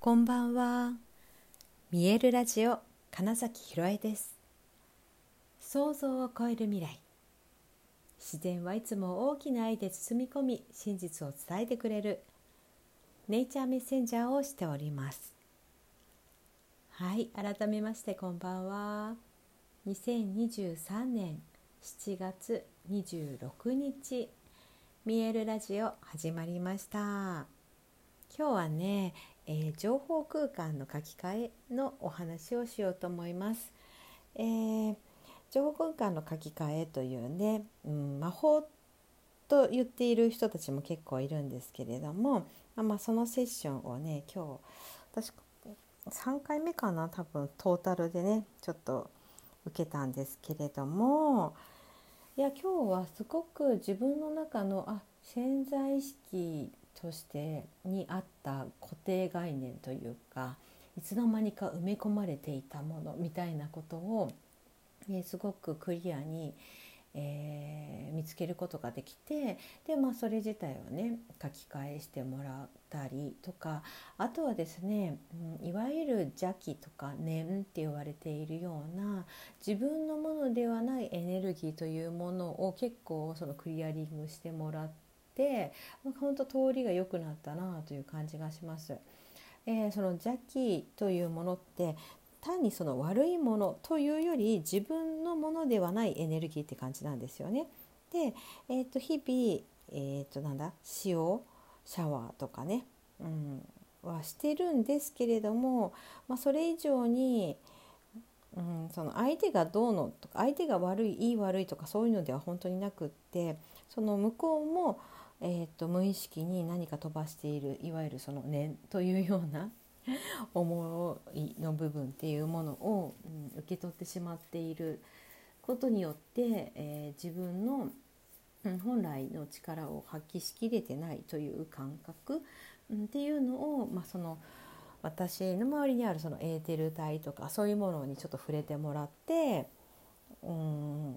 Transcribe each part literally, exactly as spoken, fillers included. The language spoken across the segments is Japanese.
こんばんは。見えるラジオ金崎ひろえです。想像を超える未来。自然はいつも大きな愛で包み込み、真実を伝えてくれるネイチャーメッセンジャーをしております。はい、改めましてこんばんは。にせんにじゅうさんねんしちがつにじゅうろくにち、見えるラジオ始まりました。今日はね、えー、情報空間の書き換えのお話をしようと思います。えー、情報空間の書き換えというね、うん、魔法と言っている人たちも結構いるんですけれども、まあ、そのセッションをね、今日私さんかいめかな、多分トータルでねちょっと受けたんですけれども、いや今日はすごく自分の中のあ潜在意識としてにあった固定概念というか、いつの間にか埋め込まれていたものみたいなことを、えー、すごくクリアに、えー見つけることができて、で、まあ、それ自体をね書き換えしてもらったりとか、あとはですね、うん、いわゆる邪気とか念って言われているような自分のものではないエネルギーというものを結構そのクリアリングしてもらって、本当通りが良くなったなという感じがします。えーその邪気というものって単にその悪いものというより自分のものではないエネルギーって感じなんですよね。で、えー、と日々、えー、となんだ塩シャワーとかね、うん、はしてるんですけれども、まあ、それ以上に、うん、その相手がどうのとか相手が悪いいい悪いとかそういうのでは本当になくって、その向こうも、えー、と無意識に何か飛ばしている、いわゆるその念というような思いの部分っていうものを、うん、受け取ってしまっていることによって、えー自分の、うん、本来の力を発揮しきれてないという感覚、うん、っていうのを、まあ、その私の周りにあるそのエーテル体とかそういうものにちょっと触れてもらって、うん、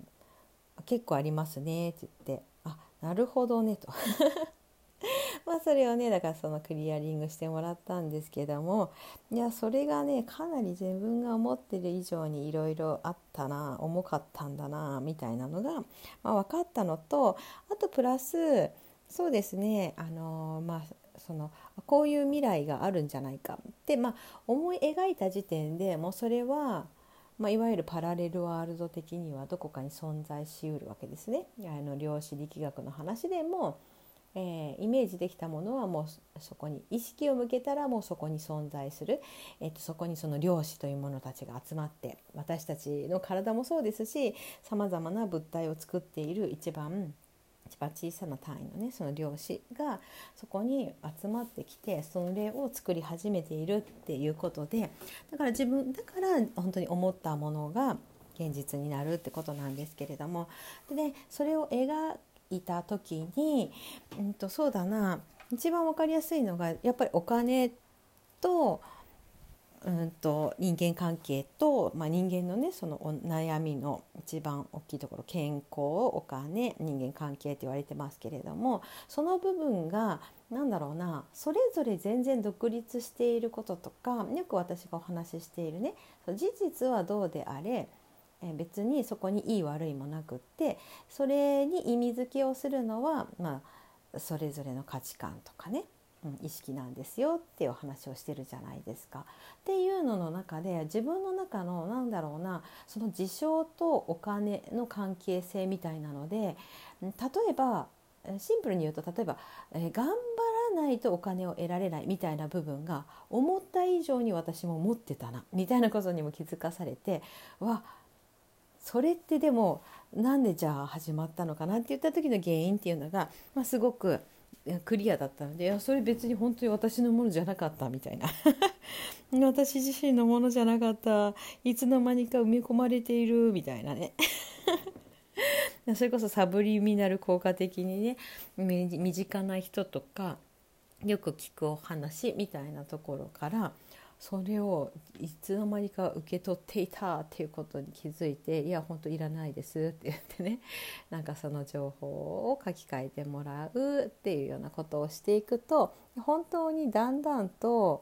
結構ありますねって言って、あ、なるほどねとまあそれをねだからそのクリアリングしてもらったんですけども、いやそれがねかなり自分が思ってる以上にいろいろあったな、重かったんだなみたいなのが、まあ、分かったのと、あとプラスそうですね、あのまあそのこういう未来があるんじゃないかって、まあ、思い描いた時点でもうそれは、まあ、いわゆるパラレルワールド的にはどこかに存在しうるわけですね。あの量子力学の話でも、えー、イメージできたものはもうそこに意識を向けたらもうそこに存在する、えー、とそこにその量子というものたちが集まって、私たちの体もそうですし、さまざまな物体を作っている一番一番小さな単位のねその量子がそこに集まってきて、それを作り始めているっていうことで、だから自分だから本当に思ったものが現実になるってことなんですけれども、で、ね、それを描いた時に、うんとそうだな、一番わかりやすいのがやっぱりお金と、うんと人間関係と、まあ、人間のねそのお悩みの一番大きいところ、健康、お金、人間関係って言われてますけれども、その部分がなんだろうな、それぞれ全然独立していることとか、よく私がお話ししているね、事実はどうであれ、え別にそこにいい悪いもなくって、それに意味付けをするのは、まあ、それぞれの価値観とかね、うん、意識なんですよっていうお話をしてるじゃないですか。っていうのの中で自分の中のなんだろうな、その事象とお金の関係性みたいなので、例えばシンプルに言うと、例えば、えー頑張らないとお金を得られないみたいな部分が思った以上に私も持ってたなみたいなことにも気づかされて、わ、それってでもなんでじゃあ始まったのかなって言った時の原因っていうのが、まあ、すごくクリアだったので、いやそれ別に本当に私のものじゃなかったみたいな私自身のものじゃなかった、いつの間にか埋め込まれているみたいなねそれこそサブリミナル効果的にね、身近な人とかよく聞くお話みたいなところから、それをいつの間にか受け取っていたっていうことに気づいて、いや本当いらないですって言ってね、なんかその情報を書き換えてもらうっていうようなことをしていくと、本当にだんだんと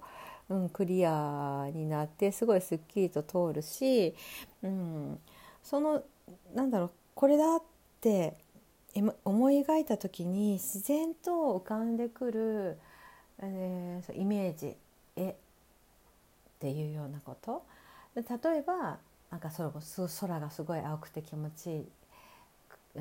うん、クリアになってすごいすっきりと通るし、うん、そのなんだろうこれだって思い描いた時に自然と浮かんでくる、えー、イメージ絵っていうようなこと。例えばなんか空がすごい青くて気持ちいい、うん、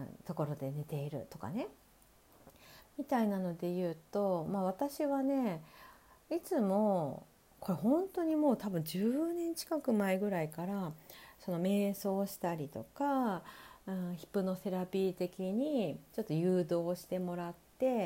ところで寝ているとかねみたいなので言うと、まあ、私はねいつもこれ本当にもう多分じゅうねん近く前ぐらいからその瞑想したりとか、うん、ヒプノセラピー的にちょっと誘導してもらって、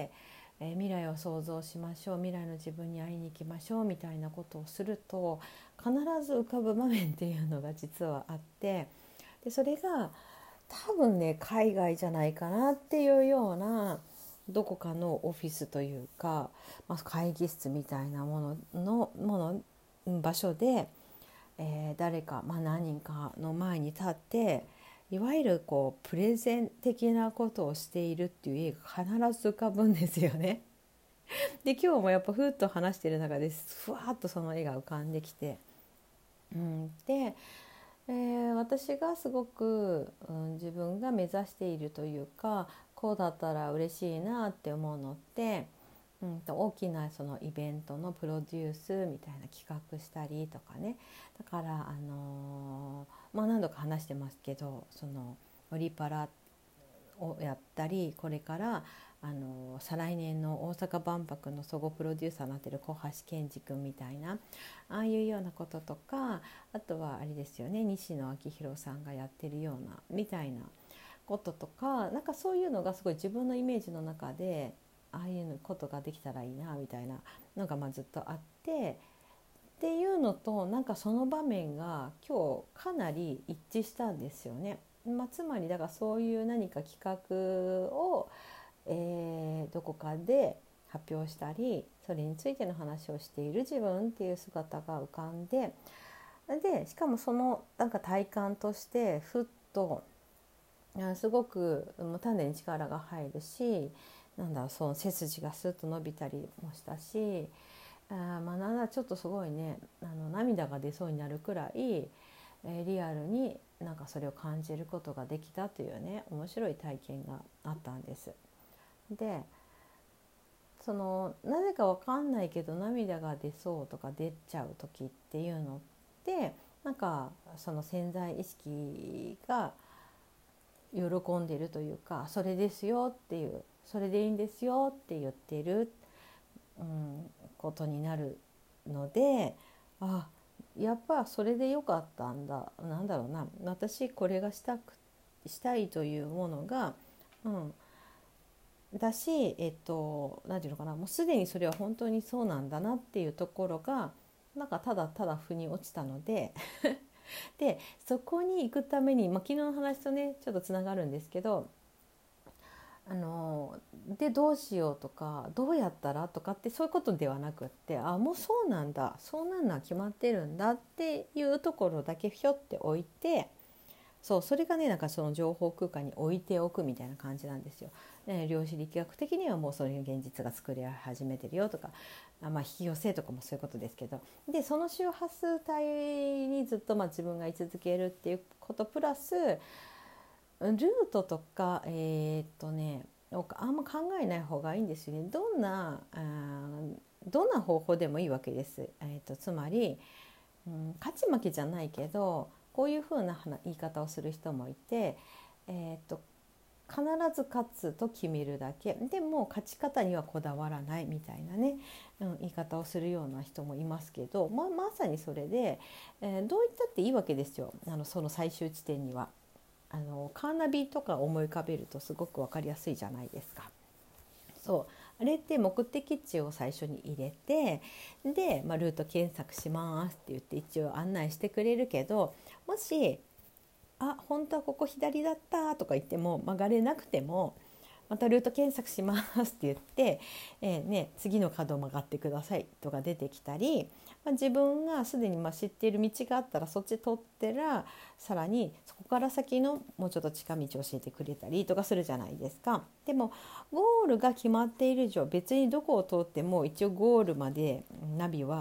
えー、未来を想像しましょう、未来の自分に会いに行きましょうみたいなことをすると必ず浮かぶ場面っていうのが実はあって、でそれが多分ね海外じゃないかなっていうようなどこかのオフィスというか、まあ、会議室みたいなもののもの場所で、えー、誰か、まあ、何人かの前に立っていわゆるこうプレゼン的なことをしているっていう絵が必ず浮かぶんですよね。で今日もやっぱふっと話している中でふわっとその絵が浮かんできて、うん、で、えー、私がすごく、うん、自分が目指しているというかこうだったら嬉しいなって思うのって、うん、と大きなそのイベントのプロデュースみたいな企画したりとかね、だから、あのーまあ、何度か話してますけどそのオリパラをやったり、これからあの再来年の大阪万博の総合プロデューサーになってる小橋健二君みたいなああいうようなこととか、あとはあれですよね西野昭弘さんがやってるようなみたいなこととか、なんかそういうのがすごい自分のイメージの中でああいうことができたらいいなみたいなのがまあずっとあってっていうのと、なんかその場面が今日かなり一致したんですよね。まあ、つまりだからそういう何か企画を、えー、どこかで発表したりそれについての話をしている自分っていう姿が浮かんで、でしかもそのなんか体感としてふっとすごく種に力が入るし、なんだろうその背筋がスッと伸びたりもしたし、あまあなんだちょっとすごいねあの涙が出そうになるくらい、えー、リアルになんかそれを感じることができたというね面白い体験があったんです。でそのなぜか分かんないけど涙が出そうとか出ちゃう時っていうのってなんかその潜在意識が喜んでいるというか、それですよっていう、それでいいんですよって言ってる、うん、ことになるので、あやっぱそれでよかったんだ、なんだろうな、私これがしたくしたいというものが、うん、だし、えっと何ていうのかな、もうすでにそれは本当にそうなんだなっていうところがなんかただただ腑に落ちたのででそこに行くために、まあ、昨日の話とねちょっとつながるんですけど、あのでどうしようとかどうやったらとかってそういうことではなくって、あもうそうなんだ、そうなんのは決まってるんだっていうところだけひょって置いて、そうそれがねなんかその情報空間に置いておくみたいな感じなんですよ。ね、量子力学的にはもうそういう現実が作り始めてるよとか、あ、まあ、引き寄せとかもそういうことですけど、でその周波数帯にずっとまあ自分が居続けるっていうことプラスルートとかえー、っとねあんま考えない方がいいんですよね。どんなあどんな方法でもいいわけです。えー、っとつまり、うん、勝ち負けじゃないけどこういう風な言い方をする人もいて、えー、っと必ず勝つと決めるだけでも勝ち方にはこだわらないみたいなね、うん、言い方をするような人もいますけど、まあ、まさにそれで、えー、どう言ったっていいわけですよ。あのその最終地点にはあのカーナビとか思い浮かべるとすごく分かりやすいじゃないですか。そうあれって目的地を最初に入れてで、まあ、ルート検索しますって言って一応案内してくれるけど、もしあ本当はここ左だったとか言っても曲がれなくてもまたルート検索しますって言って、えーね、次の角を曲がってくださいとか出てきたり、まあ、自分がすでにまあ知っている道があったらそっち通ってらさらにそこから先のもうちょっと近道を教えてくれたりとかするじゃないですか。でもゴールが決まっている以上別にどこを通っても一応ゴールまでナビは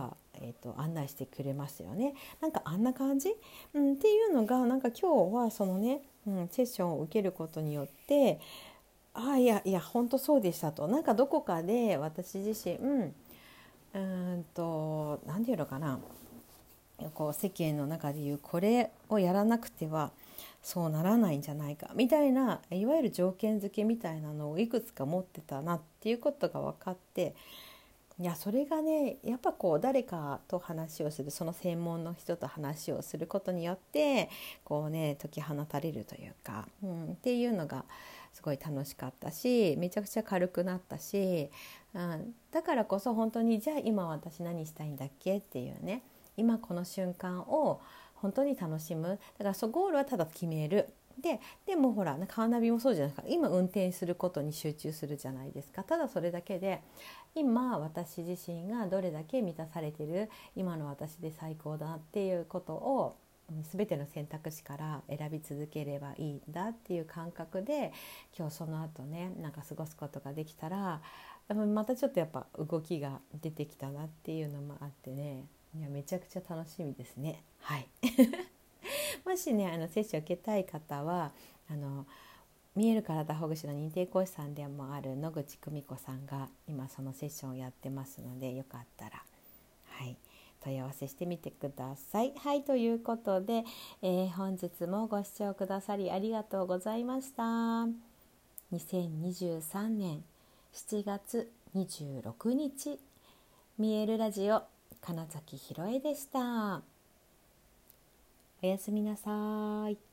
えーと、案内してくれますよね。なんかあんな感じ、うん、っていうのがなんか今日はそのね、うん、セッションを受けることによって、ああいやいや本当そうでしたと、なんかどこかで私自身、うん、うーんと何て言うのかな、こう世間の中でいうこれをやらなくてはそうならないんじゃないかみたいな、いわゆる条件付けみたいなのをいくつか持ってたなっていうことが分かって、いやそれがねやっぱこう誰かと話をする、その専門の人と話をすることによってこうね解き放たれるというか、うん、っていうのがすごい楽しかったし、めちゃくちゃ軽くなったし、うん、だからこそ本当にじゃあ今私何したいんだっけっていうね、今この瞬間を本当に楽しむ。だからそうゴールはただ決める。で, でもほらカーナビもそうじゃないですか。今運転することに集中するじゃないですか。ただそれだけで今私自身がどれだけ満たされてる、今の私で最高だっていうことを全ての選択肢から選び続ければいいんだっていう感覚で今日その後ねなんか過ごすことができたら、またちょっとやっぱ動きが出てきたなっていうのもあってね、いやめちゃくちゃ楽しみですね。はいもしねあの接種を受けたい方はあの見える体ほぐしの認定講師さんでもある野口久美子さんが今そのセッションをやってますので、よかったらはい問い合わせしてみてください。はい、ということで、えー、本日もご視聴くださりありがとうございました。にせんにじゅうさんねんしちがつにじゅうろくにち、見えるラジオ金崎ひろえでした。おやすみなさい。